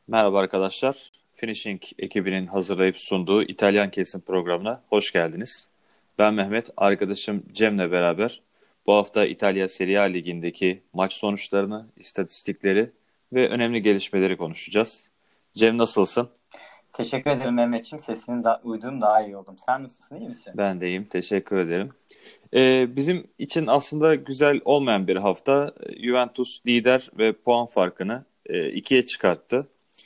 Merhaba arkadaşlar. Finishing ekibinin hazırlayıp sunduğu İtalyan Kesim programına hoş geldiniz. Ben Mehmet, arkadaşım Cem'le beraber bu hafta İtalya Serie A Ligi'ndeki maç sonuçlarını, istatistikleri ve önemli gelişmeleri konuşacağız. Cem nasılsın? Teşekkür ederim Mehmetçiğim. Sesini uyduğum daha iyi oldum. Sen nasılsın, iyi misin? Ben de iyiyim, teşekkür ederim. Bizim için aslında güzel olmayan bir hafta. Juventus lider ve puan farkını ikiye çıkarttı.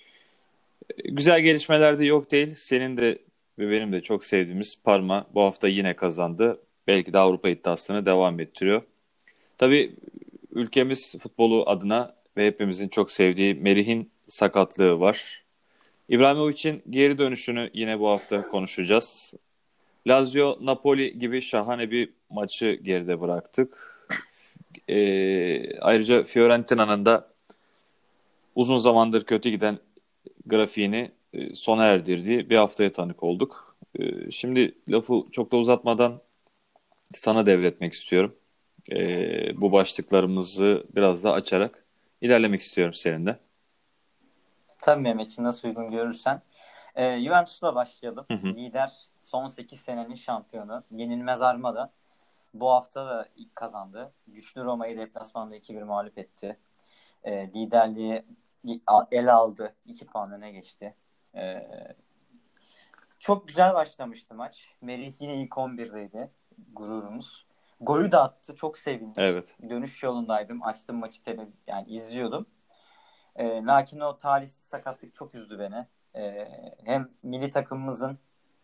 Güzel gelişmeler de yok değil. Senin de ve benim de çok sevdiğimiz Parma bu hafta yine kazandı. Belki de Avrupa iddiasını devam ettiriyor. Tabii ülkemiz futbolu adına ve hepimizin çok sevdiği Merih'in sakatlığı var. İbrahimovic'in geri dönüşünü yine bu hafta konuşacağız. Lazio Napoli gibi şahane bir maçı geride bıraktık. Ayrıca Fiorentina'nın da uzun zamandır kötü giden grafiğini sona erdirdiği bir haftaya tanık olduk. Şimdi lafı çok da uzatmadan sana devretmek istiyorum. Bu başlıklarımızı biraz daha açarak ilerlemek istiyorum seninle. Tabii Mehmetçiğim, nasıl uygun görürsen. Juventus'la başlayalım. Hı hı. Lider, son 8 senenin şampiyonu. Yenilmez Armada. Bu hafta da ilk kazandı. Güçlü Roma'yı deplasmanda 2-1 mağlup etti. Liderliği ele aldı. 2 puan öne geçti. Ee, Çok güzel başlamıştı maç. Merih yine ilk 11'deydi. Gururumuz. Golü de attı. Çok sevindik. Evet. Dönüş yolundaydım. Açtım maçı, yani izliyordum. Lakin o talihsiz sakatlık çok üzdü beni. Hem milli takımımızın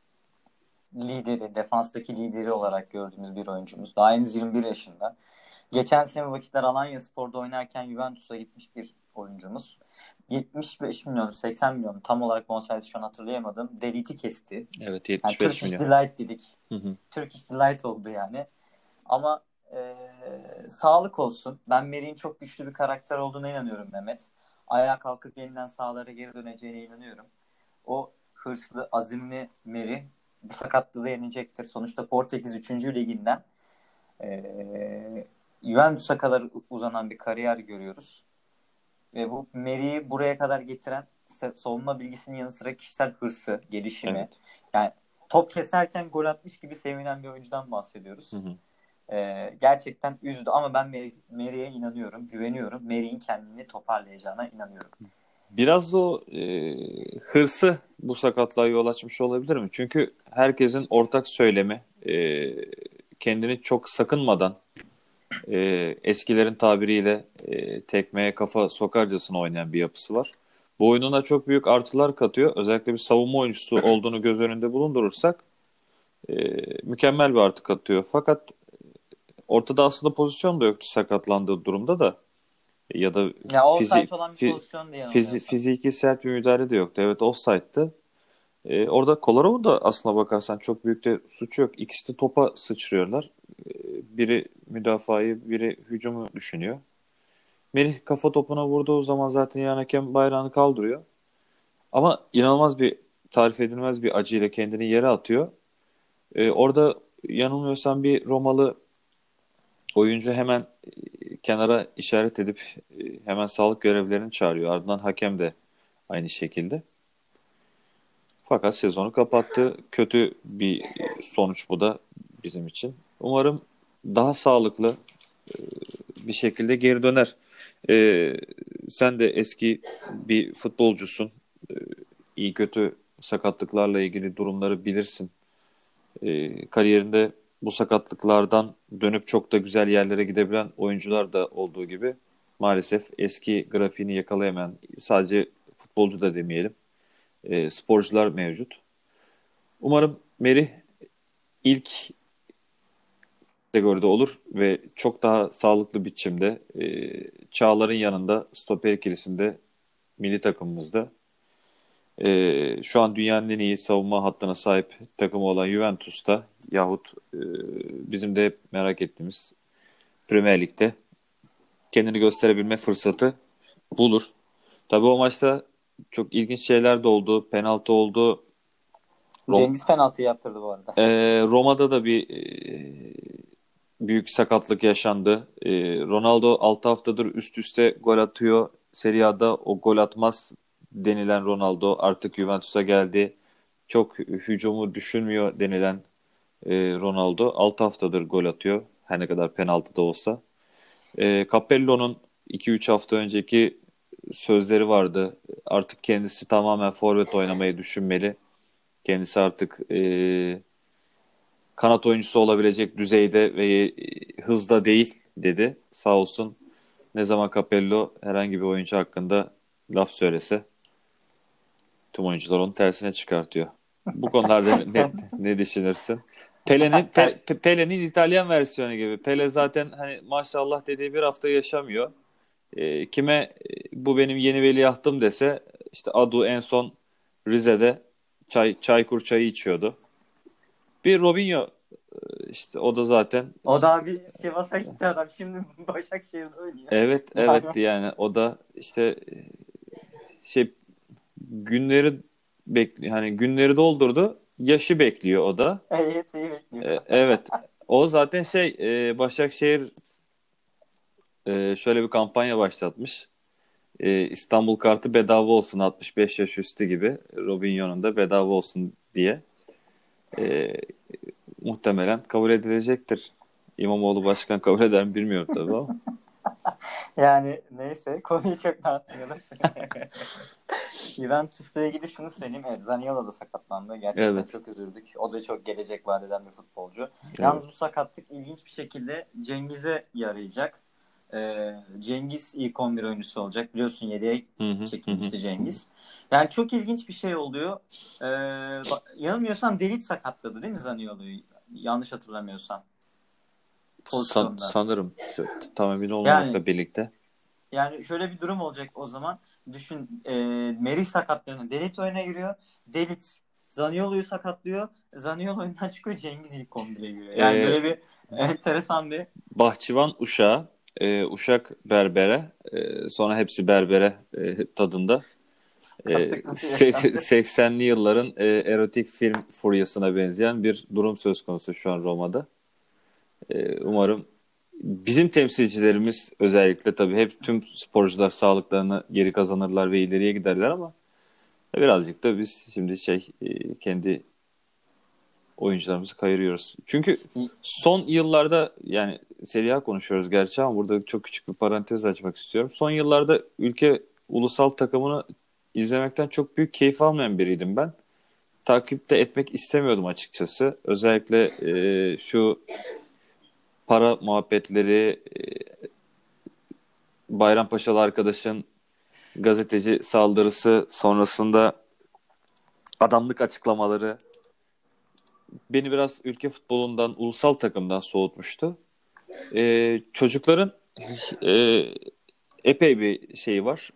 lideri, defanstaki lideri olarak gördüğümüz bir oyuncumuz. Daha henüz 21 yaşında. Geçen sene vakitler Alanyaspor'da oynarken Juventus'a gitmiş bir oyuncumuz. 75 milyon, 80 milyon tam olarak bonservis şu an hatırlayamadım. Deliti kesti. Evet, Yani 75 Turkish milyon. Delight dedik. Hı hı. Turkish Delight oldu yani. Ama sağlık olsun. Ben Merih'in çok güçlü bir karakter olduğuna inanıyorum Mehmet. Ayağa kalkıp yeniden sahalara geri döneceğine inanıyorum. O hırslı, azimli Merih bu sakatlığı yenecektir. Sonuçta Portekiz 3. liginden Juventus'a kadar uzanan bir kariyer görüyoruz. Ve bu Merih'i buraya kadar getiren savunma bilgisinin yanı sıra kişisel hırsı, gelişimi. Evet. Yani top keserken gol atmış gibi sevinen bir oyuncudan bahsediyoruz. Hı hı. Gerçekten üzdü ama ben Merih'e inanıyorum, güveniyorum. Merih'in kendini toparlayacağına inanıyorum. Biraz da o hırsı bu sakatlığa yol açmış olabilir mi? Çünkü herkesin ortak söylemi kendini çok sakınmadan eskilerin tabiriyle tekmeye kafa sokarcasına oynayan bir yapısı var. Bu oyununa çok büyük artılar katıyor. Özellikle bir savunma oyuncusu olduğunu göz önünde bulundurursak e, mükemmel bir artı katıyor. Fakat ortada aslında pozisyon da yoktu sakatlandığı durumda da ya da Ya fizi, offside olan bir pozisyon diye yanılmıyorsam. fiziki sert bir müdahale de yoktu. Evet, offside'tı. Orada Kolarov da aslına bakarsan çok büyük de suç yok. İkisi de topa sıçrıyorlar. Biri müdafayı, biri hücumu düşünüyor. Merih kafa topuna vurduğu zaman zaten yan hakem bayrağını kaldırıyor. Ama inanılmaz bir tarif edilmez bir acıyla kendini yere atıyor. Orada yanılmıyorsam bir Romalı oyuncu hemen kenara işaret edip hemen sağlık görevlilerini çağırıyor. Ardından hakem de aynı şekilde. Fakat sezonu kapattı. Kötü bir sonuç bu da bizim için. Umarım daha sağlıklı bir şekilde geri döner. Ee, Sen de eski bir futbolcusun. Ee, iyi kötü sakatlıklarla ilgili durumları bilirsin. Kariyerinde bu sakatlıklardan dönüp çok da güzel yerlere gidebilen oyuncular da olduğu gibi maalesef eski grafiğini yakalayamayan sadece futbolcu da demeyelim sporcular mevcut. Umarım Merih ilk kategoride olur ve çok daha sağlıklı biçimde Çağlar'ın yanında stoper ikilisinde milli takımımızda şu an dünyanın en iyi savunma hattına sahip takımı olan Juventus'ta yahut bizim de hep merak ettiğimiz Premier Lig'de kendini gösterebilme fırsatı bulur. Tabii o maçta çok ilginç şeyler de oldu. Penaltı oldu. Cengiz penaltıyı yaptırdı bu arada. Roma'da da bir büyük sakatlık yaşandı. Ronaldo 6 haftadır üst üste gol atıyor. Serie A'da o gol atmaz denilen Ronaldo artık Juventus'a geldi. Çok hücumu düşünmüyor denilen Ronaldo 6 haftadır gol atıyor. Her ne kadar penaltı da olsa. Capello'nun 2-3 hafta önceki sözleri vardı. Artık kendisi tamamen forvet oynamayı düşünmeli. Kendisi artık kanat oyuncusu olabilecek düzeyde ve hızda değil dedi. Sağ olsun ne zaman Capello herhangi bir oyuncu hakkında laf söylese tüm oyuncular onu tersine çıkartıyor. Bu konularda ne düşünürsün? Ters. Pele'nin İtalyan versiyonu gibi. Pele zaten hani maşallah dediği bir hafta yaşamıyor. Kime bu benim yeni veliahtım dese işte Adu en son Rize'de Çaykur çayı içiyordu. Bir Robinho işte o da zaten O da abi Sivas'a gitti adam. Şimdi Başakşehir'de oynuyor. evet yani o da işte şey günleri hani günleri doldurdu. Yaşı bekliyor o da. EYT'yi bekliyor. Evet. O zaten Başakşehir şöyle bir kampanya başlatmış. İstanbul kartı bedava olsun 65 yaş üstü gibi. Robinho'nun da bedava olsun diye. E, Muhtemelen kabul edilecektir. İmamoğlu başkan kabul eder mi bilmiyorum tabii ama. Yani neyse konuyu çok dağıtmayalım. Juventus'la ilgili şunu söyleyeyim. Evet, Zaniolo da sakatlandı. Gerçekten Evet. çok üzüldük. O da çok gelecek vaat eden bir futbolcu. Evet. Yalnız bu sakatlık ilginç bir şekilde Cengiz'e yarayacak. Cengiz ilk 11 oyuncusu olacak. Biliyorsun 7'ye Hı hı, hı hı. çekilmişti Cengiz. Yani çok ilginç bir şey oluyor. Yanılmıyorsam Delit sakatladı değil mi Zaniolo'yu? Yanlış hatırlamıyorsam. Pozisyonda. Sanırım tam emin Yani olmamakla birlikte. Yani şöyle bir durum olacak o zaman. Düşün, Merih sakatlığını Delit oyuna giriyor. Delit Zaniolo'yu sakatlıyor. Zaniolo oyundan çıkıyor. Cengiz ilk 11'e giriyor. Yani E, böyle bir enteresan bir Bahçıvan Uşağı, Uşak Berbere, sonra hepsi Berbere tadında. sakatlık nasıl yaşandı? 80'li yılların erotik film furyasına benzeyen bir durum söz konusu şu an Roma'da. Umarım bizim temsilcilerimiz özellikle tabii hep tüm sporcular sağlıklarını geri kazanırlar ve ileriye giderler ama birazcık da biz şimdi kendi oyuncularımızı kayırıyoruz. Çünkü son yıllarda yani Serie A konuşuyoruz gerçi ama burada çok küçük bir parantez açmak istiyorum. Son yıllarda ülke ulusal takımını izlemekten çok büyük keyif almayan biriydim ben. Takip de etmek istemiyordum açıkçası. Özellikle şu para muhabbetleri, Bayrampaşalı arkadaşın gazeteci saldırısı sonrasında adamlık açıklamaları beni biraz ülke futbolundan, ulusal takımdan soğutmuştu. Çocukların e, epey bir şeyi var.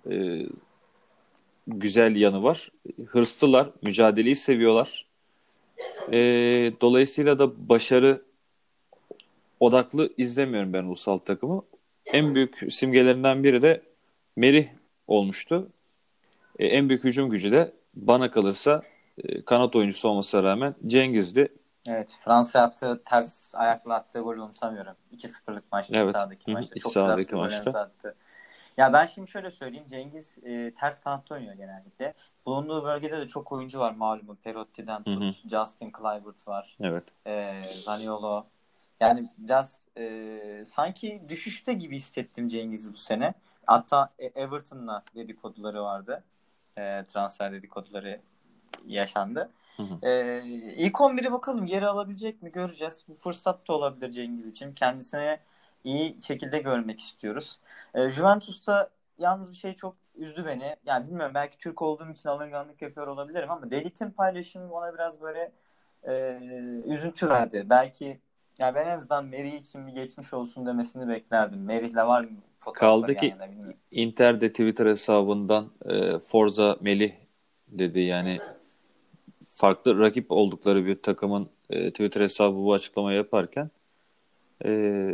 Güzel yanı var. Hırslılar, mücadeleyi seviyorlar. Dolayısıyla da başarı odaklı izlemiyorum ben ulusal takımı. En büyük simgelerinden biri de Merih olmuştu. En büyük hücum gücü de bana kalırsa kanat oyuncusu olmasına rağmen Cengiz'di. Evet, Fransa yaptığı ters ayakla attığı golü unutamıyorum. 2-0'lık maçta, iç Evet. sahadaki Hı hı. maçta. İç Çok klas sahadaki bir gol maçta. attı. Ya ben şimdi şöyle söyleyeyim. Cengiz ters kanatta oynuyor genellikle. Bulunduğu bölgede de çok oyuncu var malumu. Perotti'den Hı hı. tut. Justin Kluivert var. Evet. Zaniolo. Yani biraz sanki düşüşte gibi hissettim Cengiz'i bu sene. Hatta Everton'la dedikoduları vardı. Transfer dedikoduları yaşandı. Hı hı. İlk 11'e bakalım geri alabilecek mi göreceğiz. Bu fırsat da olabilir Cengiz için. Kendisine iyi şekilde görmek istiyoruz. Juventus'ta yalnız bir şey çok üzdü beni. Yani bilmiyorum belki Türk olduğum için alınganlık yapıyor olabilirim ama Delit'in paylaşımı bana biraz böyle üzüntü verdi. Belki yani ben en azından Merih için bir geçmiş olsun demesini beklerdim. Merih'le var mı fotoğrafları Kaldı yan ki yana bilmiyorum. Inter de Twitter hesabından Forza Melih dedi. Yani farklı rakip oldukları bir takımın Twitter hesabı bu açıklamayı yaparken e,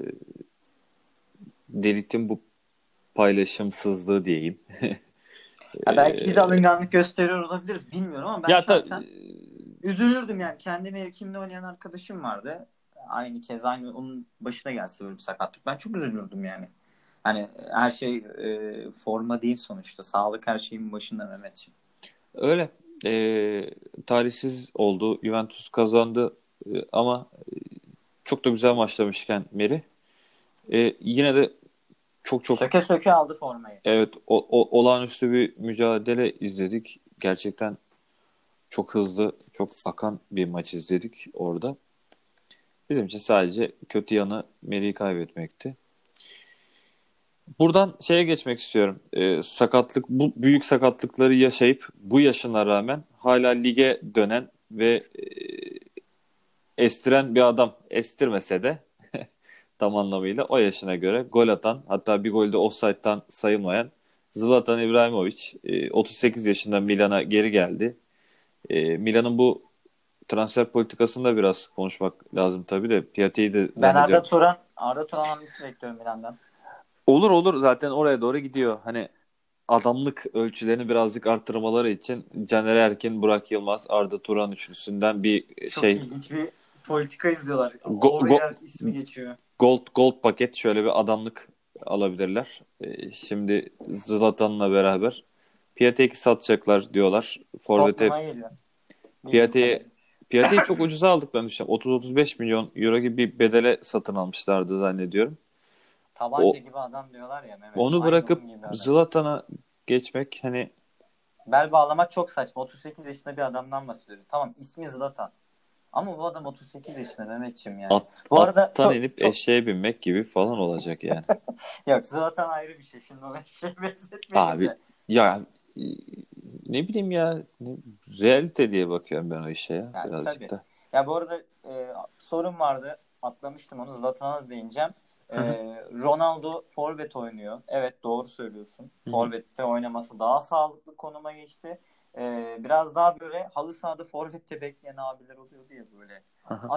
Delit'in bu paylaşımsızlığı diyeyim. Ya belki biz E, alınganlık gösteriyor olabiliriz bilmiyorum ama ben ya da şahsen üzülürdüm yani. Kendi mevkimde oynayan arkadaşım vardı. Aynı kez aynı onun başına gelse böyle bir sakatlık. Ben çok üzülürdüm yani. Hani her şey forma değil sonuçta. Sağlık her şeyin başında Mehmetciğim. Öyle. Talihsiz oldu. Juventus kazandı. Ama çok da güzel maçlamışken Meri. Yine de çok çok, Söke söke aldı formayı. evet, olağanüstü bir mücadele izledik. Gerçekten çok hızlı, çok akan bir maç izledik orada. Bizim için sadece kötü yanı Meri'yi kaybetmekti. Buradan şeye geçmek istiyorum. Bu büyük sakatlıkları yaşayıp bu yaşına rağmen hala lige dönen ve estiren bir adam. Estirmese de tam anlamıyla o yaşına göre gol atan, hatta bir golde offside'tan sayılmayan Zlatan İbrahimovic 38 yaşında Milan'a geri geldi. Milan'ın bu transfer politikasında biraz konuşmak lazım tabii de, Piatek'i de Ben zannediyorum. Arda Turan hamlesi bekliyorum Milan'dan. Olur olur, zaten oraya doğru gidiyor. Hani adamlık ölçülerini birazcık arttırmaları için Caner Erkin, Burak Yılmaz, Arda Turan üçlüsünden bir Çok şey, ilginç bir politika izliyorlar. go- go- Oraya ismi geçiyor. gold paket, şöyle bir adamlık alabilirler. Şimdi Zlatan'la beraber Piatek'i satacaklar diyorlar. Forvet'e Tottenham'a geliyor. Bildiğim Piatek'i kadarıyla. Piatek'i çok ucuza aldıklarını düşünüyorum. 30-35 milyon euro gibi bir bedele satın almışlardı zannediyorum. Tabanca O gibi adam diyorlar ya Mehmet. Onu Aynı bırakıp onun gibi adam. Zlatan'a geçmek, hani Bel bağlamak çok saçma. 38 yaşında bir adamdan bahsediyoruz. Tamam, ismi Zlatan. Ama bu adam 38 yaşında Mehmetçiğim yani. Bu arada attan çok inip çok eşeğe binmek gibi falan olacak yani. yok, Zlatan ayrı bir şey. Şimdi ona şey benzetmeyelim Abi de. ya, ne bileyim ya, realite diye bakıyorum ben o işe ya, Yani birazcık tabii. da. Ya bu arada sorun vardı. Atlamıştım onu. Zlatan'a da değineceğim. Ronaldo forvet oynuyor. Evet, doğru söylüyorsun. Hı hı. Forvet'te oynaması daha sağlıklı konuma geçti. Biraz daha böyle halı sahada forvette bekleyen abiler oluyordu ya böyle. Aha.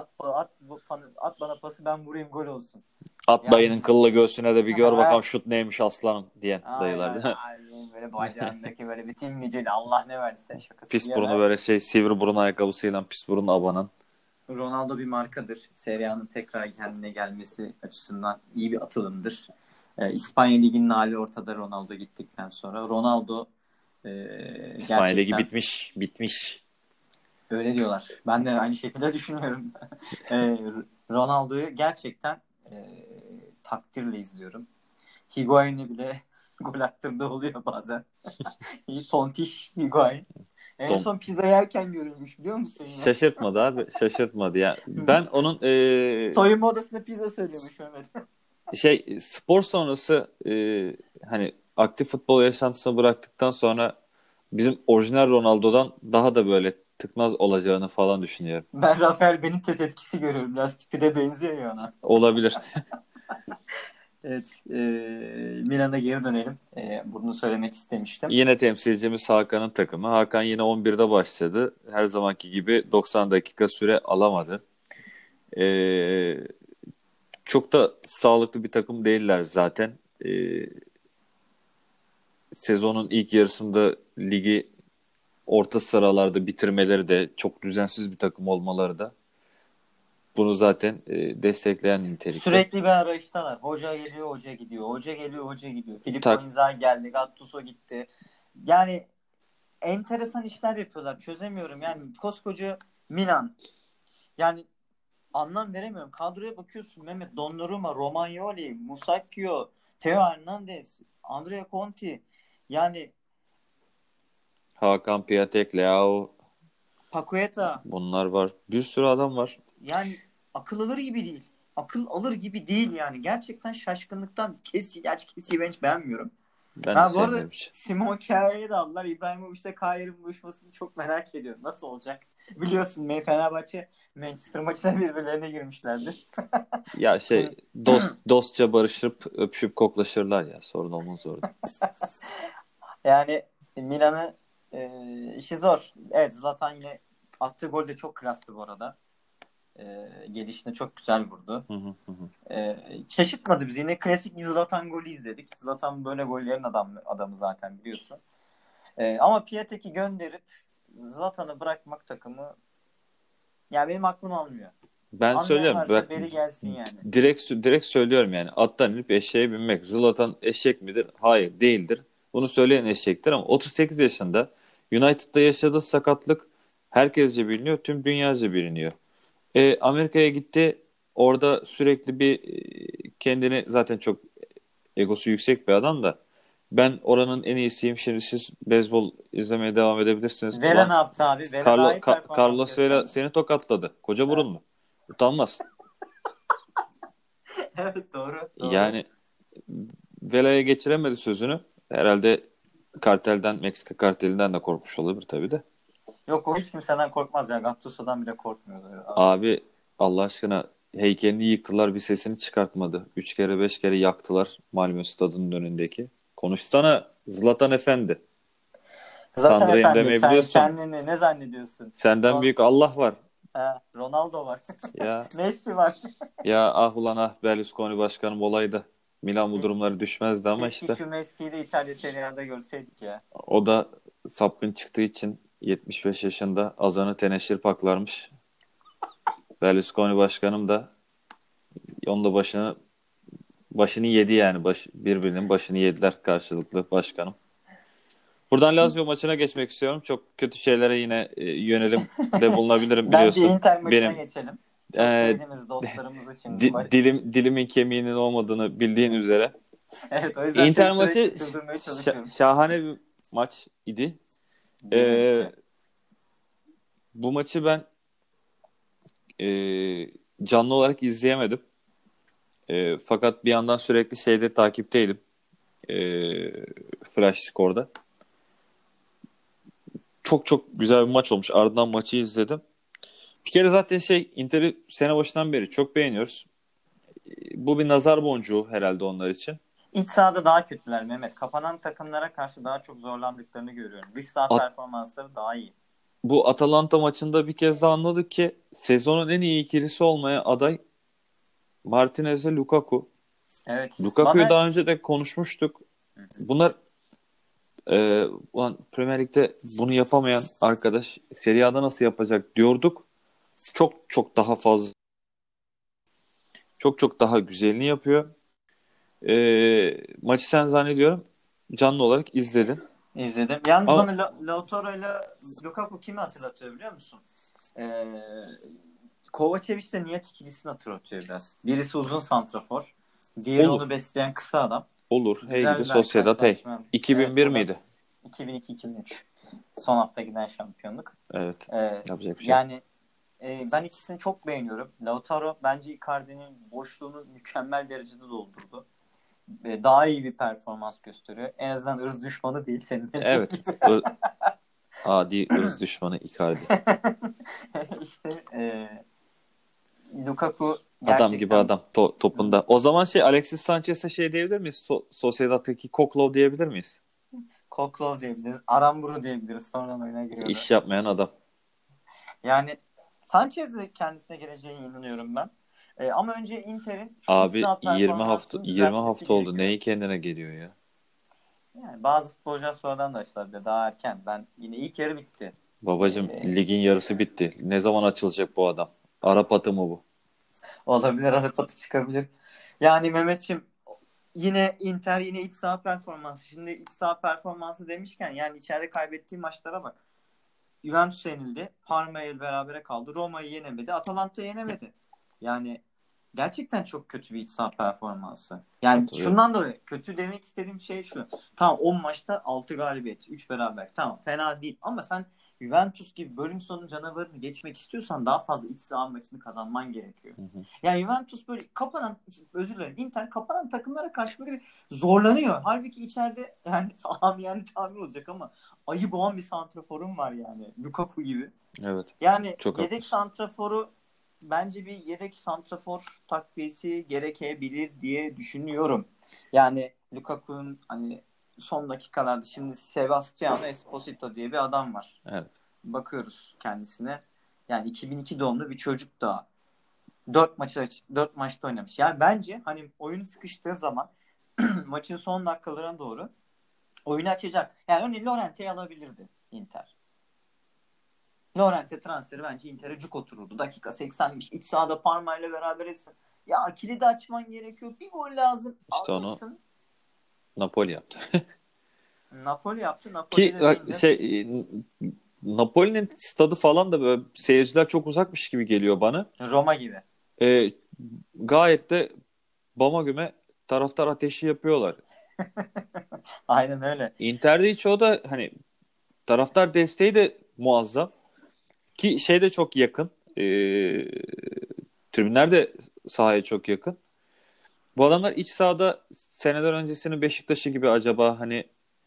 At bana pası, ben vurayım gol olsun. At Yani dayının kıllı göğsüne de bir gör bakalım ha, şut neymiş aslanım diyen dayılar değil aynen, mi? aynen böyle bacağındaki böyle bütün gücüyle Allah ne verdiyse şakası bir Pis burunu yana. böyle sivri burun ayakkabısıyla pis burun abanan. Ronaldo bir markadır. Serie A'nın tekrar kendine gelmesi açısından iyi bir atılımdır. İspanya Ligi'nin hali ortada Ronaldo gittikten sonra. Ronaldo İsmail Ligi gerçekten bitmiş. Bitmiş. öyle diyorlar. Ben de aynı şekilde düşünüyorum. E, Ronaldo'yu gerçekten takdirle izliyorum. Higuain'i bile gol attırdığı oluyor bazen. İyi tontiş Higuain. En Tom son pizza yerken görülmüş, biliyor musun yine? Şaşırtmadı abi. Şaşırtmadı ya. Ben onun Soyunma odasında pizza söylüyormuş Mehmet. spor sonrası hani aktif futbol yaşantısını bıraktıktan sonra bizim orijinal Ronaldo'dan daha da böyle tıknaz olacağını falan düşünüyorum. Ben Rafael Benitez etkisi görüyorum. Biraz tipi de benziyor ya ona. Olabilir. Evet. Milan'a geri dönelim. Bunu söylemek istemiştim. Yine temsilcimiz Hakan'ın takımı. Hakan yine 11'de başladı. Her zamanki gibi 90 dakika süre alamadı. E, Çok da sağlıklı bir takım değiller zaten. Sezonun ilk yarısında ligi orta sıralarda bitirmeleri de, çok düzensiz bir takım olmaları da bunu zaten destekleyen nitelikte. Sürekli bir arayıştalar. Hoca geliyor, hoca gidiyor. Hoca geliyor, hoca gidiyor. Filippo Tak, Inzaghi geldi, Gattuso gitti. Yani enteresan işler yapıyorlar. Çözemiyorum. Yani koskoca Milan. Yani anlam veremiyorum. Kadroya bakıyorsun Mehmet. Donnarumma, Romagnoli, Musacchio, Theo Hernandez, Andrea Conti. Yani Hakan, Piatek, Leao, Paqueta. bunlar var. Bir sürü adam var. Yani akıl alır gibi değil. Akıl alır gibi değil yani. Gerçekten şaşkınlıktan gerçi Kessi'yi ben hiç beğenmiyorum. Ben de Ha, bu arada sevmiyorum hiç. Simon Kjaer'i de aldılar. İbrahimovic'le Kjaer'in buluşmasını çok merak ediyorum. Nasıl olacak? Biliyorsun Fenerbahçe Manchester maçına birbirlerine girmişlerdi. Ya Şimdi dostça barışıp öpüşüp koklaşırlar ya. Sorun olmaz orada. yani Milan'ı işi zor. Evet, Zlatan yine attığı gol de çok klastı bu arada. Gelişine çok güzel vurdu. Hı hı hı. Şaşırtmadı bizi. Yine klasik bir Zlatan golü izledik. Zlatan böyle gollerin adamı zaten, biliyorsun. Ama Piatek'i gönderip Zlatan'ı bırakmak takımı, ya benim aklım almıyor. Ben Anlayan söylüyorum. Bak, varsa beri gelsin yani. direkt söylüyorum yani. Attan inip eşeğe binmek. Zlatan eşek midir? Hayır, değildir. Bunu söyleyen eşektir ama 38 yaşında United'da yaşadığı sakatlık herkesce biliniyor, tüm dünyaca biliniyor. Amerika'ya gitti. Orada sürekli bir kendini zaten çok egosu yüksek bir adam da ben oranın en iyisiyim. Şimdi siz beyzbol izlemeye devam edebilirsiniz. Vela ne Ulan yaptı abi? Vela daha iyi performans Carlos Vela gösterdi. seni tokatladı. Koca Evet. burunlu. Utanmaz. Evet, doğru. Yani Vela'ya geçiremedi sözünü. Herhalde kartelden, Meksika kartelinden de korkmuş olabilir tabii de. Yok, o hiç kimseden korkmaz ya. Gattuso'dan bile korkmuyordu. Abi Allah aşkına heykelini yıktılar, bir sesini çıkartmadı. 3 kere 5 kere yaktılar Malmö stadının önündeki. Konuşsana Zlatan Efendi. Zaten Tanrıyım efendi, demeyi sen biliyorsun. kendini ne zannediyorsun? Senden büyük Allah var. Ronaldo var. Ya Messi var. ya ah ulan ah Berlusconi başkanım olaydı. Milan bu Keşke, durumları düşmezdi ama keşke işte şu Messi'yi de İtalya Serie A'da görseydik ya. o da sapkın çıktığı için 75 yaşında azanı teneşir paklarmış. Berlusconi başkanım da onun da başını yedi yani. Birbirinin başını yediler karşılıklı başkanım. Buradan Lazio maçına geçmek istiyorum. Çok kötü şeylere yine yönelim de bulunabilirim Bence biliyorsun. Inter maçına Benim geçelim. Çok e, sevdiğimiz dostlarımız için. dilimin kemiğinin olmadığını bildiğin üzere. Evet, o yüzden Inter seni maçı sürekli kıldırmaya çalışıyorum. şahane bir maç idi. Yine E, bitti. bu maçı ben canlı olarak izleyemedim. Fakat bir yandan sürekli şeyde takipteydim. E, Flash Score'da. Çok çok güzel bir maç olmuş. Ardından maçı izledim. Bir kere zaten Inter'i sene başından beri çok beğeniyoruz. Bu bir nazar boncuğu herhalde onlar için. İç sahada daha kötüler Mehmet. Kapanan takımlara karşı daha çok zorlandıklarını görüyorum. Dış saha performansları daha iyi. Bu Atalanta maçında bir kez daha anladık ki sezonun en iyi ikilisi olmaya aday Martinez ve Lukaku. Evet. Lukaku'yu daha önce de konuşmuştuk. Bunlar Premier Lig'de bunu yapamayan arkadaş Serie A'da nasıl yapacak diyorduk. Çok çok daha fazla, çok çok daha güzelini yapıyor. Maçı sen zannediyorum canlı olarak izledin. İzledim. Yalnız Ama bana Lautaro ile Lukaku kimi hatırlatıyor biliyor musun? Kovacevic ile Nihat ikilisini hatırlatıyor biraz. Birisi uzun santrafor. Diğeri olur. onu besleyen kısa adam. Olur. Hey Güzel gidi bir Sociedad hey. karşılaşma. 2001 Evet, miydi? 2002-2003. Son hafta giden şampiyonluk. Evet. Yapacak bir şey. Yani ben ikisini çok beğeniyorum. Lautaro bence Icardi'nin boşluğunu mükemmel derecede doldurdu. Daha iyi bir performans gösteriyor. En azından ırz düşmanı değil senin. Evet. Adi ırz düşmanı Icardi. İşte Lukaku Adam gerçekten gibi adam topunda. O zaman Alexis Sanchez'e diyebilir miyiz? Sociedad'daki Koklov diyebilir miyiz? Koklov diyebiliriz. Aramburu diyebiliriz. Sonradan oyuna giriyordu. İş yapmayan adam. Yani Sanchez de kendisine geleceğine inanıyorum ben. Ama önce Inter'in Abi 20 hafta oldu. Neyi kendine geliyor ya? Yani bazı futbolcular sonradan da açılabilir. Daha erken. Ben yine ilk yarı bitti. Babacım ligin yarısı bitti. Ne zaman açılacak bu adam? Arap atı mı bu? Olabilir, Arap atı çıkabilir. Yani Mehmetciğim yine Inter yine iç saha performansı. Şimdi iç saha performansı demişken yani içeride kaybettiği maçlara bak. Juventus yenildi. Parma ile berabere kaldı. Roma'yı yenemedi. Atalanta'yı yenemedi. Yani gerçekten çok kötü bir iç saha performansı. Yani şundan dolayı kötü demek istediğim şey şu. Tamam 10 maçta 6 galibiyet, 3 beraber. Tamam fena değil ama sen Juventus gibi bölüm sonu canavarını geçmek istiyorsan daha fazla iç saha maçını kazanman gerekiyor. Yani Juventus böyle özür dilerim, Inter kapanan takımlara karşı böyle zorlanıyor. Halbuki içeride yani tahmin olacak ama ayı boğan bir santraforum var yani. Lukaku gibi. Evet. Yani çok yedek haklısın. santraforu bence bir yedek santrafor takviyesi gerekebilir diye düşünüyorum. Yani Lukaku'nun hani son dakikalarda şimdi Sebastiano Esposito diye bir adam var. Evet. Bakıyoruz kendisine. Yani 2002 doğumlu bir çocuk da 4 maçta oynamış. Yani bence hani oyunu sıkıştığı zaman maçın son dakikalarına doğru oyunu açacak. Yani örneğin Llorente'yi alabilirdi Inter. Llorente transferi bence Inter'e cuk otururdu. Dakika 80'miş. İç sahada Parma ile berabersin. Ya kilidi açman gerekiyor. Bir gol lazım. İşte Almışsın. onu Napoli yaptı. Napoli yaptı. Ki Napoli de deyince Napoli'nin stadı falan da böyle seyirciler çok uzakmış gibi geliyor bana. Roma gibi. E, Gayet de Bama güme taraftar ateşi yapıyorlar. Aynen öyle. Inter'de hiç o da hani taraftar desteği de muazzam. Ki şey de çok yakın. Tribünler de sahaya çok yakın. Bu adamlar iç sahada seneler öncesinin Beşiktaş'ı gibi acaba hani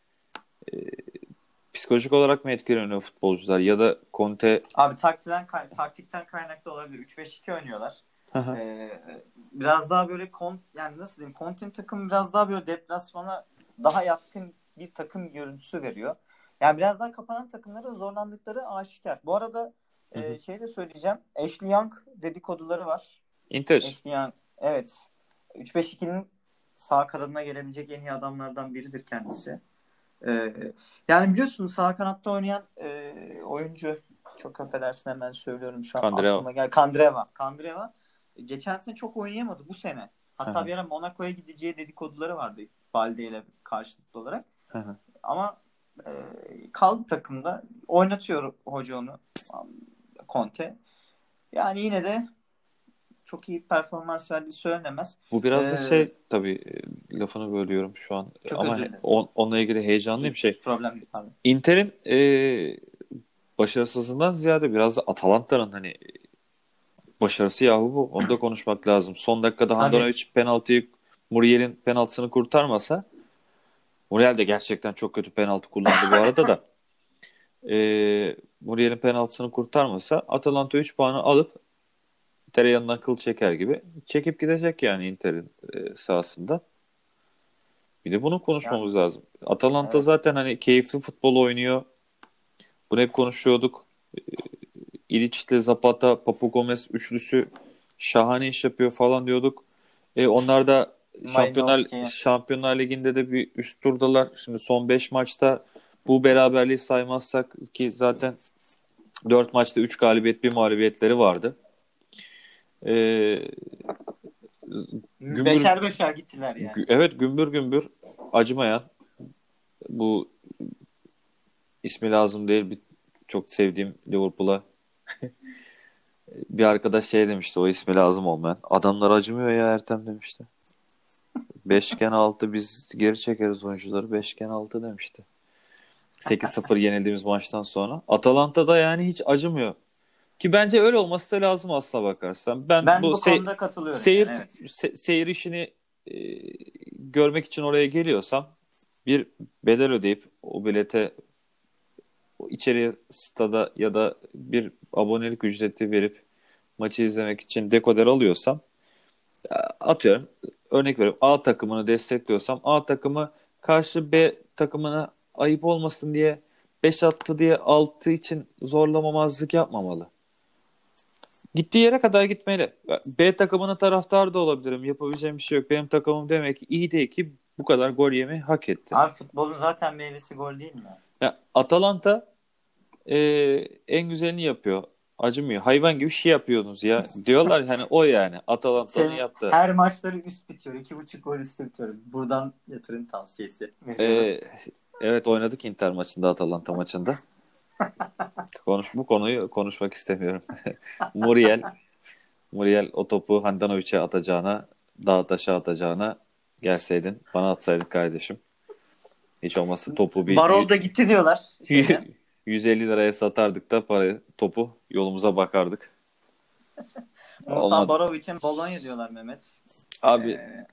psikolojik olarak mı etkileniyor futbolcular ya da Conte. Abi taktikten kaynaklı olabilir. 3-5-2 oynuyorlar. Hı hı, Biraz daha böyle yani nasıl diyeyim, Conte'nin takımı biraz daha böyle deplasmana daha yatkın bir takım görüntüsü veriyor. Yani biraz daha kapanan takımlara zorlandıkları aşikar. Bu arada hı hı. şey de söyleyeceğim. Ashley Young dedikoduları var. Inter. Ashley Young, evet. 3-5-2'nin sağ kanadına gelebilecek en iyi adamlardan biridir kendisi. Ee, Yani biliyorsun sağ kanatta oynayan oyuncu, çok affedersin hemen söylüyorum şu an Kandreva. aklıma gel, Kandreva. Kandreva geçen sene çok oynayamadı, bu sene. Hı Hatta hı, bir ara Monaco'ya gideceği dedikoduları vardı Balde ile karşılıklı olarak. hı hı. Ama e, kaldı takımda. Oynatıyor hoca onu, Conte. Yani yine de çok iyi performans verdiği söylenemez. Bu biraz da E, şey tabii lafını bölüyorum şu an Çok ama özür dilerim. onunla ilgili heyecanlıyım şey. Hiç problem değil. Pardon. Inter'in başarısızlığından ziyade biraz da Atalanta'nın hani başarısı yahu bu. Onu da konuşmak lazım. Son dakikada Tabii. Handanovic Muriel'in penaltısını kurtarmasa, Muriel de gerçekten çok kötü penaltı kullandı bu arada da. Muriel'in penaltısını kurtarmasa Atalanta 3 puanı alıp tereyağından kıl çeker gibi çekip gidecek yani Inter'in sahasında. Bir de bunu Yani, konuşmamız lazım. Atalanta evet. zaten hani keyifli futbol oynuyor. Bunu hep konuşuyorduk. İliç'le Zapata, Papu Gomez üçlüsü şahane iş yapıyor falan diyorduk. Onlar da Malinowski. Şampiyonlar Ligi'nde de bir üst turdalar. Şimdi son 5 maçta bu beraberliği saymazsak ki zaten 4 maçta 3 galibiyet bir mağlubiyetleri vardı. Ee, gümbür Beşer beşer gittiler yani. evet, gümbür gümbür acımayan, bu ismi lazım değil, bir çok sevdiğim Liverpool'a bir arkadaş şey demişti, o ismi lazım olmayan. Adamlar acımıyor ya Ertem demişti. Beşgen altı biz geri çekeriz oyuncuları. Beşgen altı demişti. 8-0 yenildiğimiz maçtan sonra. Atalanta da yani hiç acımıyor. Ki bence öyle olması da lazım aslına bakarsan. Ben Ben bu bu konuda katılıyorum seyir yani, evet. seyir işini e, görmek için oraya geliyorsam bir bedel ödeyip o bilete içeriye stada ya da bir abonelik ücreti verip maçı izlemek için dekoder alıyorsam, atıyorum örnek veriyorum, A takımını destekliyorsam A takımı karşı B takımına ayıp olmasın diye 5 attı diye 6 için zorlamamazlık yapmamalı. Gittiği yere kadar gitmeli. B takımının taraftarı da olabilirim. Yapabileceğim bir şey yok. Benim takımım demek ki iyi değil ki bu kadar gol yemeyi hak etti. Abi futbolun zaten meyvesi gol değil mi? Ya Atalanta e, en güzelini yapıyor. Acımıyor. Hayvan gibi şey yapıyorsunuz ya. Diyorlar hani o yani. Atalanta'nın Senin yaptığı. her maçları üst bitiyor. 2,5 gol üstü bitiyor. Buradan yatırım tavsiyesi E, veriyoruz. evet, oynadık Inter maçında, Atalanta maçında. Bu konuyu konuşmak istemiyorum. Muriel, Muriel o topu Handanovic'e atacağına, dağa taşa atacağına gelseydin bana atsaydın kardeşim. Hiç olmazsa topu bir Barol da gitti diyorlar şeyden. 150 liraya satardık da topu yolumuza bakardık. Musa Olmadı. Barov için Bologna diyorlar Mehmet. Abi Ee,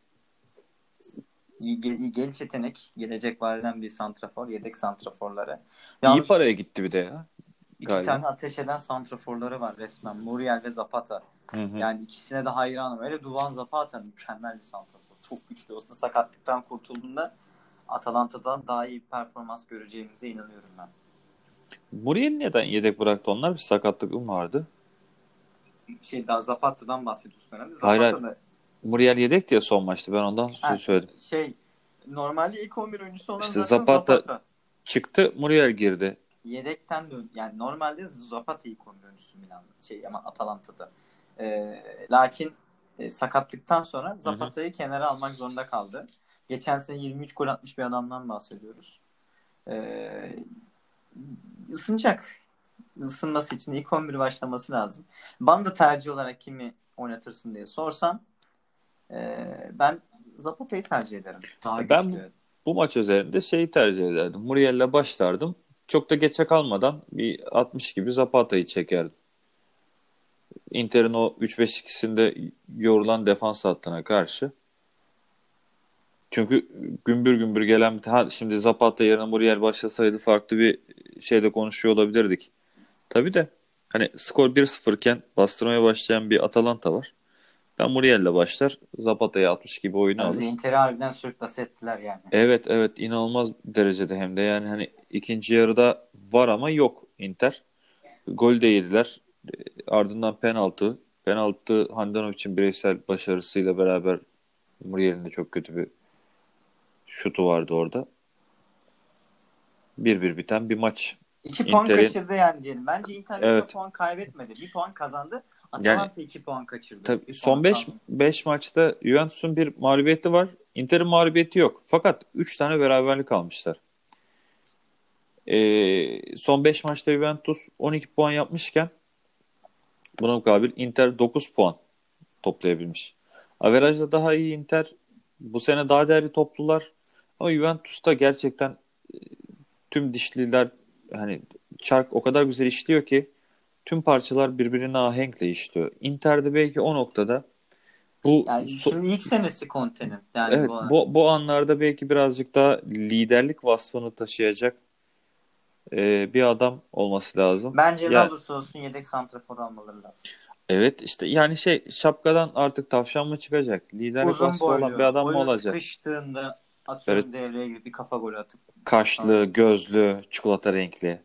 genç yetenek. Gelecek vadeden bir santrafor. Yedek santraforları. iyi Yalnız paraya gitti bir de ya iki galiba. tane ateş eden santraforları var resmen. Muriel ve Zapata. Hı hı. Yani ikisine de hayranım. Öyle Duvan Zapata mükemmel bir santrafor. Çok güçlü. O sakatlıktan kurtulduğunda Atalanta'dan daha iyi bir performans göreceğimize inanıyorum ben. Muriel'i neden yedek bıraktı onlar? Bir sakatlık mı vardı? Daha Zapata'dan bahsediyorsun herhalde. Hayır, hayır. Zapata da Muriel yedek diye son maçtı. Ben ondan ha, söyledim. normalde ilk 11 oyuncusu olan İşte zaten Zapata Zapata. çıktı, Muriel girdi. Yedekten dön. Yani normalde Zapata ilk 11 oyuncusu Milan ama Atalanta'da. Lakin sakatlıktan sonra Hı hı. Zapata'yı kenara almak zorunda kaldı. Geçen sene 23 gol atmış bir adamdan bahsediyoruz. Ee, ısınacak. Isınması için ilk 11 başlaması lazım. Bana da tercih olarak kimi oynatırsın diye sorsam ben Zapata'yı tercih ederim. Daha Ben güçlü. bu maç üzerinde şeyi tercih ederdim. Muriel'le başlardım. Çok da geçe kalmadan bir 60 gibi Zapata'yı çekerdim. Inter'in o 3-5-2'sinde yorulan defans hattına karşı. Çünkü gümbür gümbür gelen şimdi Zapata yerine Muriel başlasaydı farklı bir şeyde konuşuyor olabilirdik. Tabii de hani skor 1-0 iken bastırmaya başlayan bir Atalanta var. Ben Muriel'le başlar. Zapata'yı 60 gibi oyunu Yani alır. Inter'i harbiden sürklase ettiler yani. Evet, evet, inanılmaz derecede hem de yani hani ikinci yarıda var ama yok Inter. Gol de yediler. Ardından penaltı. Penaltı Handanovic'in bireysel başarısıyla beraber Muriel'in de çok kötü bir şutu vardı orada. 1-1 biten bir maç. 2 puan Inter'in kaçırdı yani diyelim. Bence Inter yoksa evet puan kaybetmedi. 1 puan kazandı. yani Atalanta 2 puan kaçırdı. tabii 1 son puan 5 pardon. 5 maçta Juventus'un bir mağlubiyeti var. Inter'in mağlubiyeti yok. Fakat 3 tane beraberlik almışlar. Son 5 maçta Juventus 12 puan yapmışken buna mukabil Inter 9 puan toplayabilmiş. Averajda daha iyi Inter. Bu sene daha değerli toplular. Ama Juventus'ta gerçekten tüm dişliler hani çark o kadar güzel işliyor ki tüm parçalar birbirine ahenkle işliyor. Inter'de belki o noktada bu Yani şimdi ilk senesi Conte'nin. Yani evet bu bu anlarda belki birazcık daha liderlik vasfını taşıyacak bir adam olması lazım. bence ne Yani olursa olsun yedek santrafor almaları lazım. evet işte yani şapkadan artık tavşan mı çıkacak? Liderlik Uzun vasfı olan bir boylu, adam mı oyun olacak? sıkıştığında Böyle atıyorum devreye girip bir kafa golü atıp kaşlı, gözlü, çikolata renkli.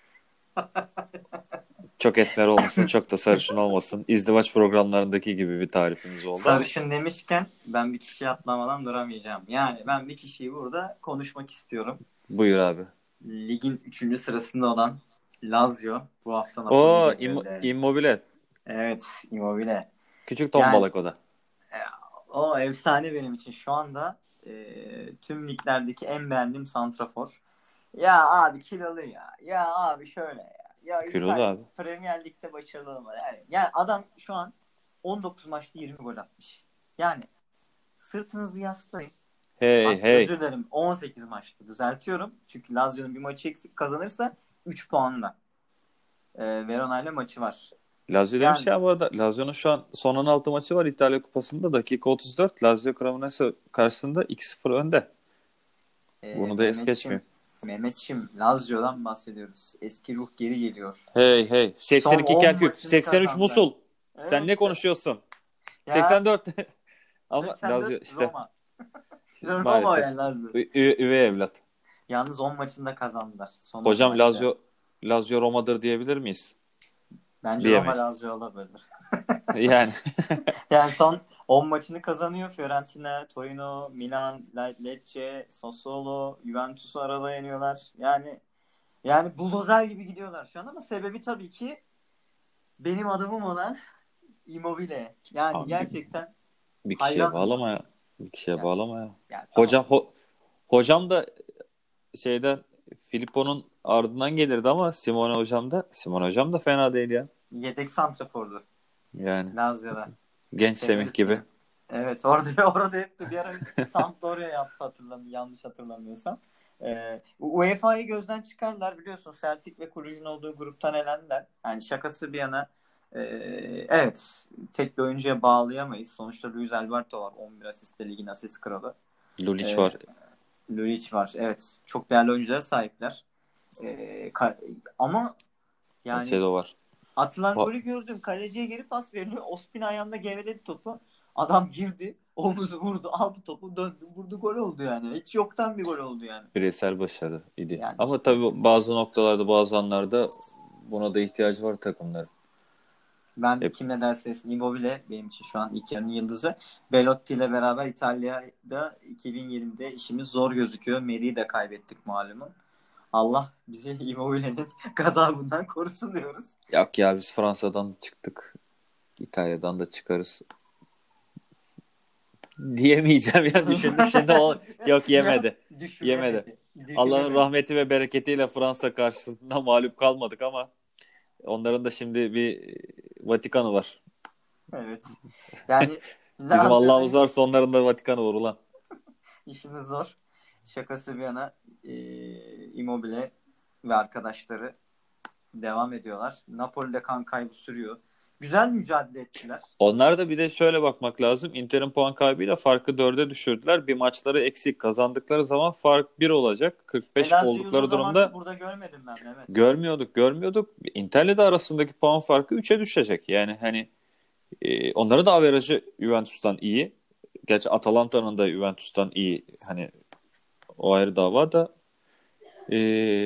Çok esmer olmasın, çok da sarışın olmasın. İzdivaç programlarındaki gibi bir tarifimiz oldu ama. sarışın demişken ben bir kişiyi atlamadan duramayacağım. Yani ben bir kişiyi burada konuşmak istiyorum. Buyur abi. Ligin 3. sırasında olan Lazio bu hafta Napoli'yi O devirdi. Immobile. Evet, Immobile. Küçük Yani tombalak o da. e, o efsane benim için şu anda tüm liglerdeki en beğendiğim santrafor. Ya abi kilolu ya. Ya abi şöyle ya. Ya Kilolu İtalya abi. Premier Lig'de başarılı olmalı. Yani adam şu an 19 maçta 20 gol atmış. Yani sırtınızı yaslayın. Hey hey. Özür dilerim 18 maçta düzeltiyorum. Çünkü Lazio'nun bir maçı eksik kazanırsa 3 puanla Verona ile maçı var. Lazio demiş Yani ya bu arada. Lazio'nun şu an son 16 maçı var İtalya Kupası'nda. Dakika 34. Lazio Cremonese karşısında 2-0 önde. Bunu da es Mehmetçim geçmeyeyim. Mehmetçim Lazio'dan bahsediyoruz. Eski ruh geri geliyor. Hey hey. Son 82 10 Kerkük. maçını 83 kazandılar. Musul. Sen Evet. ne konuşuyorsun? Ya 84. Ama Lazio 84 işte Roma. Roma maalesef yani Lazio. üvey evlat. Yalnız 10 maçında kazandılar. Son 10 Hocam maçta. Lazio Roma'dır diyebilir miyiz? Bence Roma Diyemeyiz. Lazio olabilir. Yani Yani son 10 maçını kazanıyor. Fiorentina, Torino, Milan, Lecce, Sassuolo, Juventus'u arada yeniyorlar. Yani buldozer gibi gidiyorlar şu an ama sebebi tabii ki benim adamım olan Immobile. Yani abi gerçekten bir kişiye hayranım ona. bağlama ya. Bir kişiye Yani, bağlama ya. yani tamam. Hocam da şeyden Filippo'nun ardından gelirdi ama Simone hocam da fena değil ya. Yedek santrafordu Yani Lazio'da. genç Semih Severiz gibi. ki. Evet orada hep bir ara Sampdoria yaptı yanlış hatırlamıyorsam. UEFA'yı gözden çıkardılar biliyorsun. Celtic ve Cluj'un olduğu gruptan elendiler. Yani şakası bir yana evet tek bir oyuncuya bağlayamayız. Sonuçta Luis Alberto var. 11 asiste ligin asist kralı. Lulic E, var. Lulic var. Evet. Çok değerli oyunculara sahipler. Ama yani Cancelo var. atılan Va- golü gördüm. Kaleciye geri pas veriliyor. Ospina ayağında geveledi topu. Adam girdi. Omuzu vurdu. Aldı topu. Döndü. Vurdu. Gol oldu yani. Hiç yoktan bir gol oldu yani. Bireysel başarı idi. Yani Ama işte. tabii bazı noktalarda bazı anlarda buna da ihtiyacı var takımların. Ben Hep kim ne derse desin Immobile benim için şu an ilk yarının yıldızı. Belotti ile beraber İtalya'da 2020'de işimiz zor gözüküyor. Meri'yi de kaybettik malumun. Allah bizi Immobile'nin gazabından korusun diyoruz. yok ya biz Fransa'dan çıktık. İtalya'dan da çıkarız. Diyemeyeceğim ya düşündüm şimdi yok Ya yemedi. Yemedi. düşünemedi. Allah'ın Düşünemedim. rahmeti ve bereketiyle Fransa karşısında mağlup kalmadık ama onların da şimdi bir Vatikan'ı var. Evet. Yani Bizim Lazio'da Allah'ımız varsa onların da Vatikan'ı var ulan. işimiz zor. Şakası bir yana Immobile ve arkadaşları devam ediyorlar. Napoli'de kan kaybı sürüyor. Güzel mücadele ettiler. Onlar da bir de şöyle bakmak lazım. Inter'in puan kaybıyla farkı 4'e düşürdüler. Bir maçları eksik kazandıkları zaman fark 1 olacak. 45 Lazio'yu uzun oldukları zamandır durumda burada görmedim ben Mehmet. görmüyorduk. Inter'le de arasındaki puan farkı 3'e düşecek. Yani hani onların da averajı Juventus'tan iyi. Gerçi Atalanta'nın da Juventus'tan iyi. Hani o ayrı dava da e,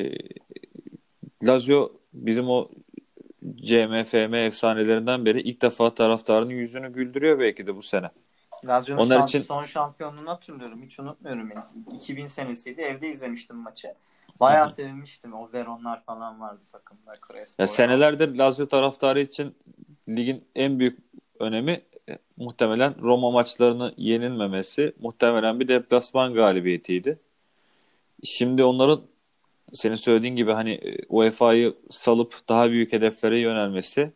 Lazio bizim o CMFM efsanelerinden beri ilk defa taraftarının yüzünü güldürüyor belki de bu sene. Lazio'nun Onlar için son şampiyonluğunu hatırlıyorum. Hiç unutmuyorum. Yani. 2000 senesiydi. Evde izlemiştim maçı. hı Bayağı hı. sevinmiştim. O Veronlar falan vardı takımda. Ya Crespo falan. senelerdir Lazio taraftarı için ligin en büyük önemi muhtemelen Roma maçlarını yenilmemesi, muhtemelen bir deplasman galibiyetiydi. Şimdi onların senin söylediğin gibi hani UEFA'yı salıp daha büyük hedeflere yönelmesi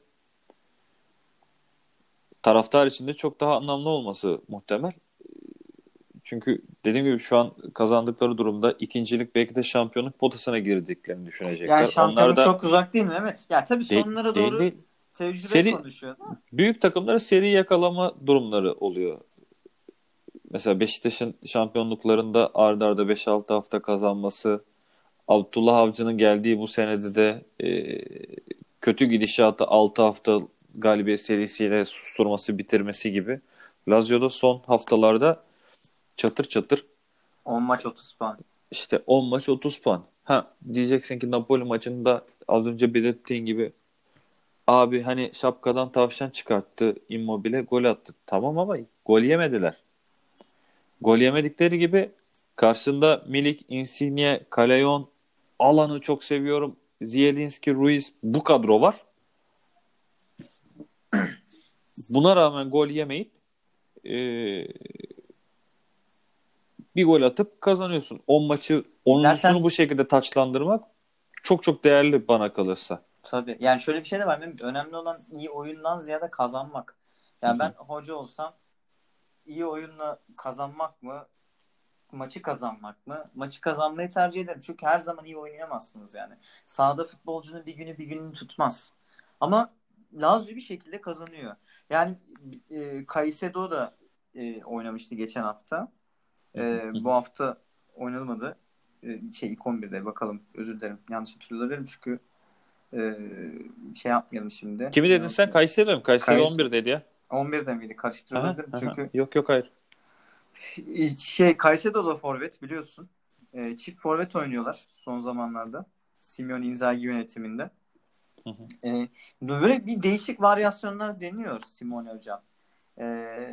taraftar için de çok daha anlamlı olması muhtemel. Çünkü dediğim gibi şu an kazandıkları durumda ikincilik belki de şampiyonluk potasına girdiklerini Yani düşünecekler. Onlar şampiyonluk da çok uzak değil mi? Evet. Ya tabii sonlara değil doğru değil. tecrübe Seri konuşuyor. büyük takımlara seri yakalama durumları oluyor. Mesela Beşiktaş'ın şampiyonluklarında arda arda 5-6 hafta kazanması, Abdullah Avcı'nın geldiği bu senede de kötü gidişatı 6 hafta galibiyet serisiyle susturması, bitirmesi gibi. Lazio'da son haftalarda çatır çatır 10 maç 30 puan. işte 10 maç 30 puan. Ha diyeceksin ki Napoli maçında az önce belirttiğin gibi abi hani şapkadan tavşan çıkarttı Immobile gol attı. Tamam ama gol yemediler. Gol yemedikleri gibi karşında Milik, Insigne, Callejon, Alan'ı çok seviyorum. Zielinski, Ruiz bu kadro var. Buna rağmen gol yemeyip e, bir gol atıp kazanıyorsun. 10 maçı Zaten 10'uncusunu bu şekilde taçlandırmak çok çok değerli bana kalırsa. tabii. Yani şöyle bir şey de var. Mehmet. Önemli olan iyi oyundan ziyade kazanmak. Hı Yani ben hı. hoca olsam iyi oyunla kazanmak mı, maçı kazanmak mı? Maçı kazanmayı tercih ederim. Çünkü her zaman iyi oynayamazsınız yani. Sahada futbolcunun bir gününü tutmaz. Ama Lazio bir şekilde kazanıyor. Yani Caicedo da oynamıştı geçen hafta. Hı hı. Hı Bu hı. hafta oynanmadı. İlk 11'de bakalım. Özür dilerim. Yanlış hatırlıyorum çünkü e, şey yapmayalım şimdi. Kimi dedin sen? Kayseri mi? Kayseri Caicedo 11 dedi ya. 11'de miydi? Aha, Karıştırılabilirim aha. çünkü Yok yok hayır. Caicedo da forvet biliyorsun. Çift forvet oynuyorlar son zamanlarda. Simeone Inzaghi yönetiminde. Hı hı. Böyle bir değişik varyasyonlar deniyor Simone hocam. E,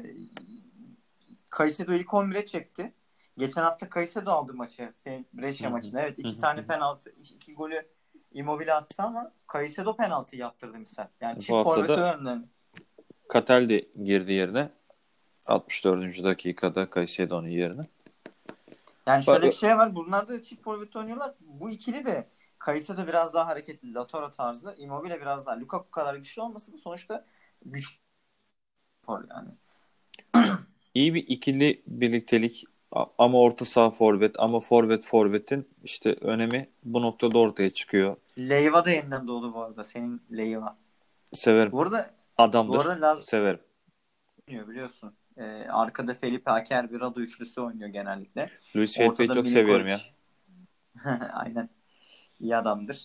Caicedo ilk 11'e çekti. Geçen hafta Caicedo aldı maçı. Hı Brescia hı. maçında. Evet Hı iki hı. Hı tane hı. penaltı, iki golü Immobile attı ama Caicedo penaltı yaptırdı misal. Yani Bu çift hafta forveti da önden. Kateldi girdi yerine. 64. dakikada Caicedo'nun yerine. Yani şöyle bir Bak, şey var. Bunlar da çift forvet oynuyorlar. Bu ikili de Caicedo biraz daha hareketli. Lautaro tarzı. Immobile biraz daha. Lukaku kadar güçlü olmasa da sonuçta güçlü yani. iyi bir ikili birliktelik ama orta saha forvet ama forvetin işte önemi bu noktada ortaya çıkıyor. Leyva da yeniden doğdu bu arada. Senin Leyva. Severim. Bu arada Adamdır. Laz Severim. oynuyor biliyorsun. Arkada Felipe Aker, Radu üçlüsü oynuyor genellikle. Luis Felipe'yi Ortada çok seviyorum Milinkovic. ya. Aynen. İyi adamdır.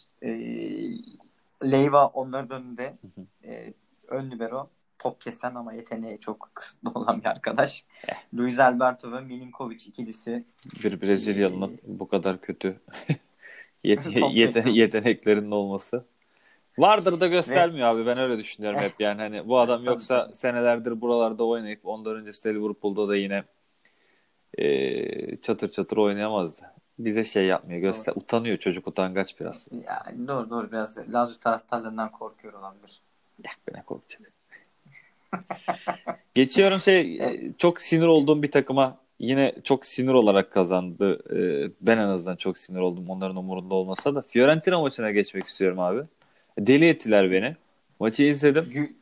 Leyva onların önünde. Hı hı. Ön libero. Top kesen ama yeteneği çok kısıtlı olan bir arkadaş. Eh, Luis Alberto ve Milinkovic ikilisi bir e, Brezilyalı'nın bu kadar kötü top teklemesi. yeteneklerinin olması. Vardır da Ve göstermiyor abi. Ben öyle düşünüyorum hep. Yani hani bu adam tabii yoksa tabii. senelerdir buralarda oynayıp ondan öncesi de Liverpool'da da yine çatır çatır oynayamazdı. Bize şey yapmıyor. Doğru. Utanıyor çocuk utangaç biraz. Yani doğru biraz Lazio taraftarlarından korkuyor olabilir. Ne korkacak. Geçiyorum E, çok sinir olduğum bir takıma yine çok sinir olarak kazandı. Ben en azından çok sinir oldum onların umurunda olmasa da. Fiorentina maçına geçmek istiyorum abi. Deli ettiler beni. Maçı izledim. Gü-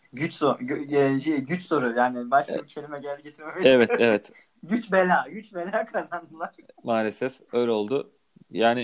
güç soru yani başka bir kelime gel getirmeme Evet, dikkat et. evet. Güç bela kazandılar. Maalesef öyle oldu. Yani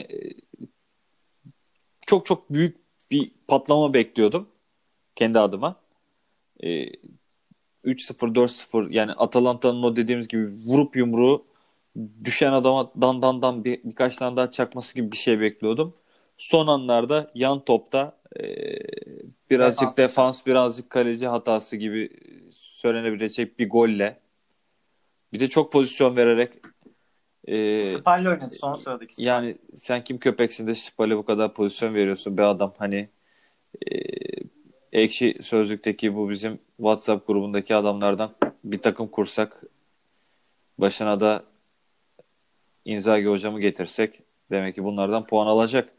çok çok büyük bir patlama bekliyordum kendi adıma. E, 3-0, 4-0 yani Atalanta'nın o dediğimiz gibi vurup yumruğu düşen adama dan birkaç tane daha çakması gibi bir şey bekliyordum. Son anlarda yan topta birazcık Defans hata. defans, birazcık kaleci hatası gibi söylenebilecek bir golle. Bir de çok pozisyon vererek Spalletti oynadı son sıradaki Spalletti. yani sen kim köpeksin de Spal'e bu kadar pozisyon veriyorsun be adam. Hani e, Ekşi Sözlük'teki bu bizim WhatsApp grubundaki adamlardan bir takım kursak başına da Inzaghi hocamı getirsek demek ki bunlardan puan alacak.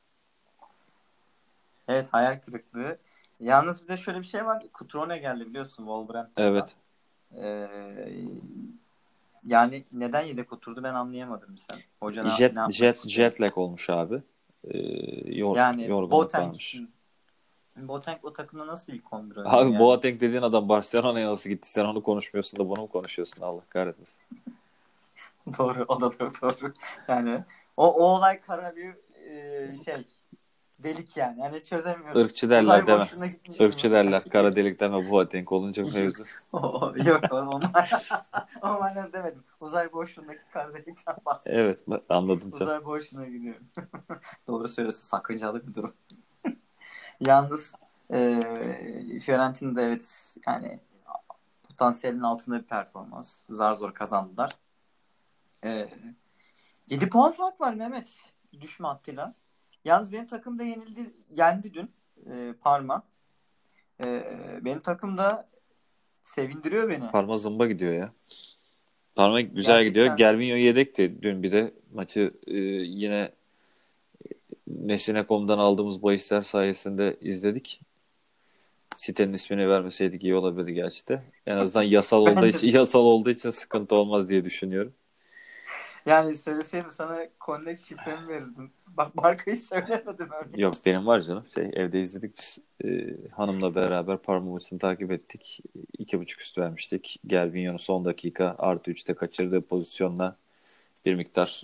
Evet, hayal kırıklığı. Yalnız bir de şöyle bir şey var. Cutrone geldi biliyorsun Wolverhampton'dan. Evet. Ee, yani neden yedek oturdu ben anlayamadım sen. Hoca ne yapmak istiyor? Jet lag olmuş abi. Ee, Yani yorgunluk varmış. Boateng o takımda nasıl ilk 11 oynuyor Abi yani? Boateng dediğin adam Barcelona'ya nasıl gitti? Sen onu konuşmuyorsun da bunu mu konuşuyorsun? Allah kahretmesin. Doğru, o da doğru. Yani o olay kara bir şey delik yani. Hani çözemiyorum. Irkçı derler Uzay deme. boşluğuna gitmiş gibi. Irkçı derler. Kara delik deme Boateng olunca Yok, mevzu. yok o manada demedim. Uzay boşluğundaki kara delikten bahsettim. Evet, anladım canım. Uzay boşluğuna gidiyorum. Doğru söylüyorsun. Sakıncalı bir durum. Yalnız Fiorentina'da evet yani potansiyelin altında bir performans. Zar zor kazandılar. E, 7 puan fark var Mehmet. Düşme hattıyla. Yalnız benim takım da yendi dün Parma. Benim takım da sevindiriyor beni. Parma zımba gidiyor ya. Parma güzel gidiyor. Gerçekten Gervinho yedekti dün bir de. Maçı yine Nesine.com'dan aldığımız bahisler sayesinde izledik. Sitenin ismini vermeseydik iyi olabilirdi gerçi de. En azından bence yasal olduğu için sıkıntı olmaz diye düşünüyorum. yani söyleseydim sana Connect şifremi verirdim. Bak markayı söylemedim örneğin. Yok benim var canım. Evde izledik biz. Hanımla beraber Parma maçını takip ettik. 2,5 üst vermiştik. Gervinho'nun son dakika +3'te kaçırdığı pozisyonla bir miktar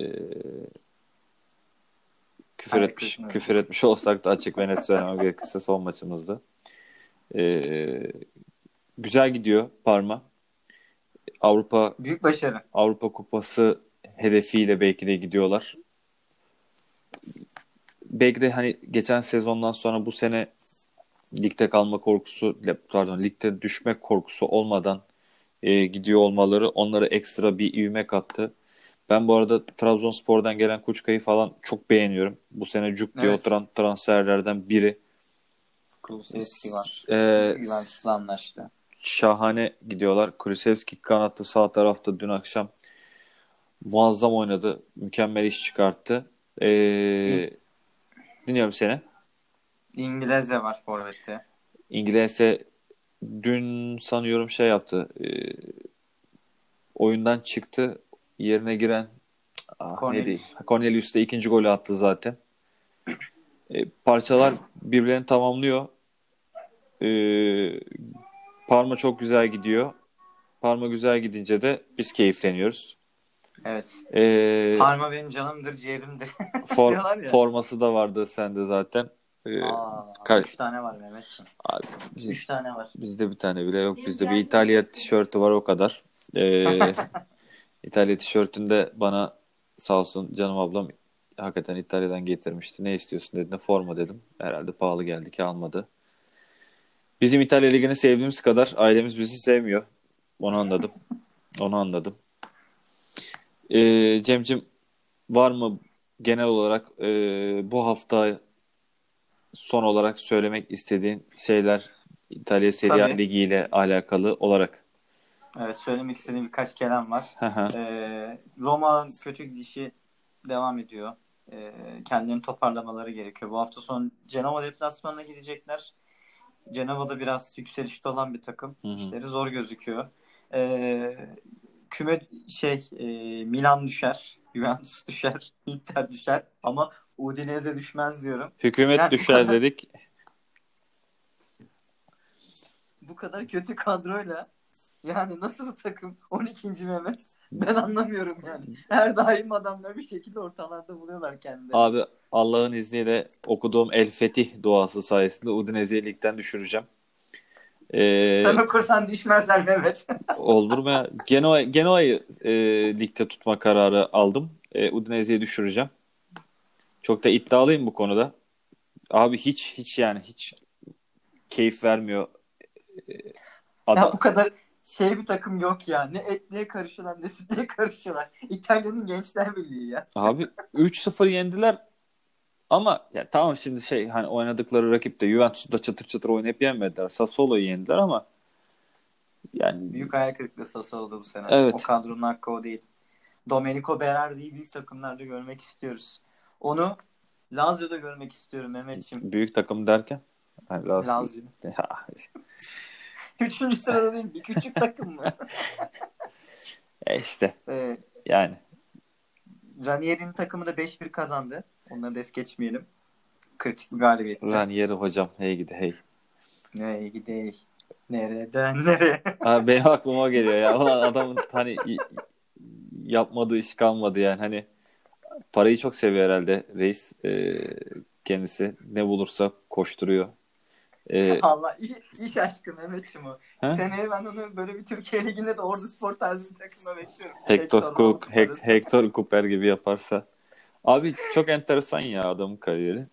Hayal kırıklığına küfür uğradım. etmiş olsak da açık ve net söylemem gerekirse son maçımızdı. Ee, güzel gidiyor Parma. Avrupa Büyük başarı. Avrupa Kupası hedefiyle belki de gidiyorlar. Belki de hani geçen sezondan sonra bu sene ligde kalma korkusu, pardon ligde düşme korkusu olmadan gidiyor olmaları onlara ekstra bir ivme kattı. Ben bu arada Trabzonspor'dan gelen Kuçka'yı falan çok beğeniyorum. Bu sene cuk diye Evet. oturan transferlerden biri. Kulusevski var. E, Juventus'la anlaştı. şahane gidiyorlar. Kulusevski kanatta sağ tarafta dün akşam muazzam oynadı. Mükemmel iş çıkarttı. İng- Dinliyorum seni. İngilizce var forvette. İngilizce dün sanıyorum şey yaptı. Oyundan çıktı. Yerine giren ne diyeyim. Cornelius. Cornelius da ikinci golü attı zaten. Parçalar birbirlerini tamamlıyor. E, Parma çok güzel gidiyor. Parma güzel gidince de biz keyifleniyoruz. Evet. E, Parma benim canımdır, ciğerimdir diyorlar ya. forması da vardı sende zaten. E, Aa, ka- 3 tane var Mehmetciğim. Abi, 3 tane var. bizde bir tane bile yok. Bizde bir İtalya tişörtü var o kadar. E, İtalya tişörtünde bana sağ olsun canım ablam hakikaten İtalya'dan getirmişti. Ne istiyorsun dediğinde forma dedim. Herhalde pahalı geldi ki almadı. Bizim İtalya Ligi'ni sevdiğimiz kadar ailemiz bizi sevmiyor. Onu anladım. Onu anladım. Cemcim var mı genel olarak bu hafta son olarak söylemek istediğin şeyler İtalya Serie A Tabii. Ligi ile alakalı olarak? Evet, söylemek istediğim birkaç kelam var. Hı hı. Roma'nın kötü gidişi devam ediyor. Kendilerini toparlamaları gerekiyor. Bu hafta sonu Cenova deplasmanına gidecekler. Cenova'da biraz yükselişte olan bir takım. Hı hı. İşleri zor gözüküyor. Ee, Milan düşer, Juventus düşer, Inter düşer ama Udinese düşmez diyorum. Hükümet Yani düşer dedik. bu kadar kötü kadroyla yani nasıl bu takım 12. Mehmet? Ben anlamıyorum yani. Her daim adamlar bir şekilde ortalarda buluyorlar kendilerini. Abi Allah'ın izniyle okuduğum El Fetih duası sayesinde Udinese'yi ligden düşüreceğim. Sen okursan düşmezler Mehmet. Olur mu ya? Genoa'yı ligde tutma kararı aldım. Udinese'yi düşüreceğim. Çok da iddialıyım bu konuda. Abi hiç keyif vermiyor. Ya bu kadar bir takım yok ya. Ne etliye karışıyorlar ne sütlüye karışıyorlar. İtalya'nın Gençler Birliği ya. Abi 3-0 yendiler ama ya tamam şimdi hani oynadıkları rakip de Juventus'u da çıtır çıtır oynayıp yenmediler. Sassuolo'yu yendiler ama yani büyük hayal kırıklığı Sassuolo'da bu sene. evet. O kadronun hakkı o değil. Domenico Berardi'yi büyük takımlarda görmek istiyoruz. Onu Lazio'da görmek istiyorum Mehmetciğim. Büyük takım derken hani Lazio. Üçüncü sırada değil bir küçük takım mı? İşte yani. Ranieri'nin takımı da 5-1 kazandı. Onları da es geçmeyelim. Kritik bir galibiyetti. Ranieri hocam hey gidi hey. Hey gidi hey. Nereden nereye? Abi benim aklıma geliyor ya. Ulan adamın hani yapmadığı iş kalmadı yani. Hani parayı çok seviyor herhalde reis. Kendisi ne bulursa koşturuyor. Allah iş aşkı Mehmetciğim o. Seneye ben onu böyle bir Türkiye Ligi'nde de Orduspor tarzı bir takımda bekliyorum. Hector Cooper gibi yaparsa. Abi çok enteresan ya adamın kariyeri.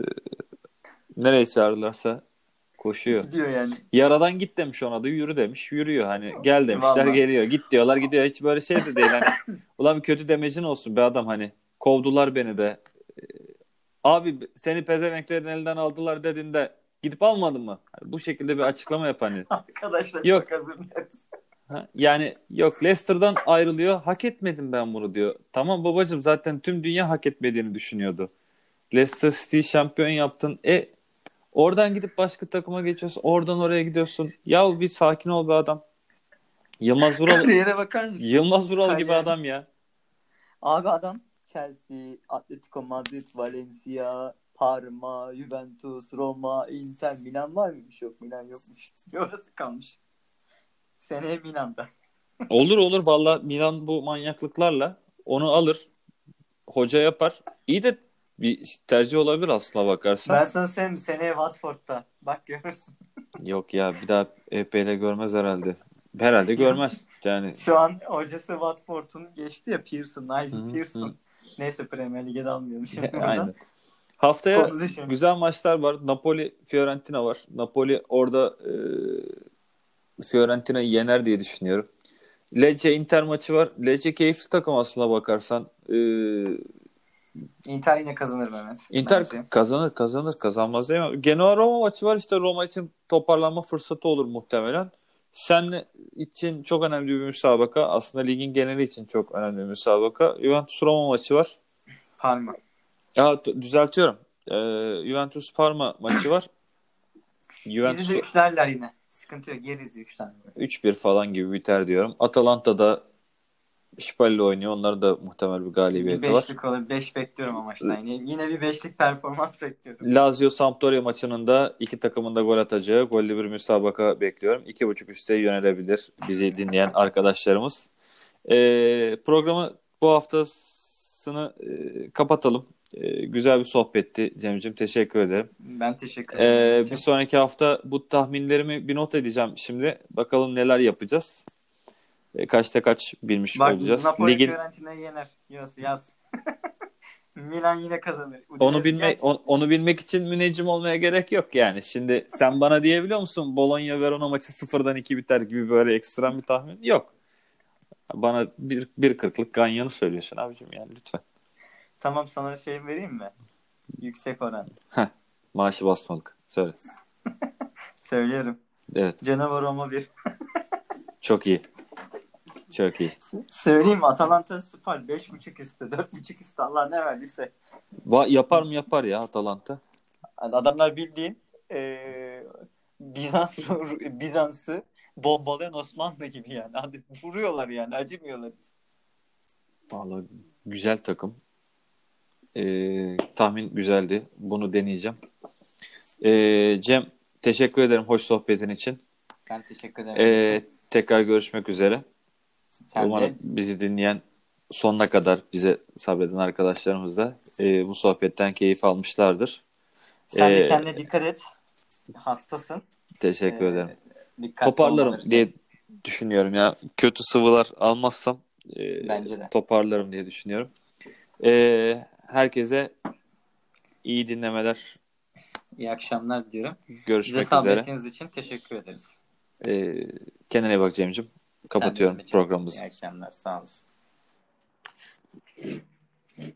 Nereye çağırırlarsa koşuyor. Gidiyor yani. Yaradan git demiş ona da yürü demiş. Yürüyor hani gel demişler vallahi. Geliyor. Git diyorlar gidiyor. Hiç böyle şey de değil. Hani, ulan bir kötü demecin olsun be adam hani. Kovdular beni de. Abi seni pezevenklerin elinden aldılar dediğinde gidip almadın mı? Yani bu şekilde bir açıklama yap hani. Arkadaşlar yok. çok hazır mıyız? Yani yok Leicester'dan ayrılıyor. Hak etmedim ben bunu diyor. Tamam babacığım zaten tüm dünya hak etmediğini düşünüyordu. Leicester City şampiyon yaptın. Oradan gidip başka takıma geçiyorsun. Oradan oraya gidiyorsun. Ya bir sakin ol be adam. Yılmaz Vural. Kariyere bakar mısın? Yılmaz Vural gibi adam ya. Abi adam Chelsea, Atletico Madrid, Valencia, Parma, Juventus, Roma, Inter, Milan var mıymış? Yok Milan yokmuş. Orası kalmış. Seneye Milan'da. Olur valla Milan bu manyaklıklarla onu alır. Hoca yapar. İyi de bir tercih olabilir aslına bakarsan. Ben sana söyleyeyim seneye Watford'da. Bak görürsün. Yok ya bir daha EPL görmez herhalde. Herhalde görmez. Yani şu an hocası Watford'un geçti ya Pearson, Nigel Pearson. Neyse Premier Lig'e de almıyorum şimdi aynen. Haftaya güzel maçlar var. Napoli Fiorentina var. Napoli orada Fiorentina'yı yener diye düşünüyorum. Lecce Inter maçı var. Lecce keyifli takım aslına bakarsan. Inter yine kazanır Mehmet. Inter kazanmaz değil mi? Genoa Roma maçı var. İşte Roma için toparlanma fırsatı olur muhtemelen. Sen için çok önemli bir müsabaka. Aslında ligin geneli için çok önemli bir müsabaka. Juventus Roma maçı var. Parma. Düzeltiyorum. Juventus Parma maçı var. Bizi de üçlerler yine. Sıkıntı yok. Yeriz 3 tane. 3-1 falan gibi biter diyorum. Atalanta'da Spalletti oynuyor. Onların da muhtemel bir galibiyeti var. 5'lik olur. 5 bekliyorum ama maçtan. Yine bir 5'lik performans bekliyorum. Lazio Sampdoria maçının da iki takımın da gol atacağı gollü bir müsabaka bekliyorum. 2.5 üste yönelebilir bizi dinleyen arkadaşlarımız. Programı bu haftasını kapatalım. Güzel bir sohbetti Cem'ciğim. Teşekkür ederim. Ben teşekkür ederim. Bir sonraki hafta bu tahminlerimi bir not edeceğim şimdi. Bakalım neler yapacağız. Kaçta kaç bilmiş olacağız. Napoli Fiorentina'yı yener. Yaz. Milan yine kazanır. Onu bilmek için müneccim olmaya gerek yok yani. Şimdi sen bana diyebiliyor musun Bologna Verona maçı 0'dan 2 biter gibi böyle ekstrem bir tahmin? Yok. Bana 1.40'lık ganyanı söylüyorsun abicim yani lütfen. Tamam sana vereyim mi? Yüksek oran. Maaşı basmalık. Söyle. Söylüyorum. Evet. Cenova Roma 1. Çok iyi. Çok iyi. Söyleyeyim Atalanta Spal 5.5 üstü 4.5 üstü Allah ne verdiyse. Yapar mı yapar ya Atalanta. Adamlar bildiğin Bizans'ı bombalayan Osmanlı gibi yani. Hadi vuruyorlar yani, acımıyorlar hiç. Vallahi güzel takım. Tahmin güzeldi. Bunu deneyeceğim. Cem, teşekkür ederim hoş sohbetin için. Ben teşekkür ederim Ege'ciğim. Tekrar görüşmek üzere. Sen Umarım de, bizi dinleyen, sonuna kadar bize sabreden arkadaşlarımız da bu sohbetten keyif almışlardır. sen de Ee, kendine dikkat et. Hastasın. Teşekkür Ee, ederim. dikkatli Toparlarım olmaları diye için. düşünüyorum ya. Kötü sıvılar almazsam Bence de. toparlarım diye düşünüyorum. Herkese iyi dinlemeler. İyi akşamlar diliyorum. Bize Görüşmek üzere. sabrettiğiniz için teşekkür ederiz. Ee, Kendine iyi bak Cem'ciğim. Sen de Kapatıyorum Emre'ciğim. İyi programımızı. akşamlar. Sağ olasın.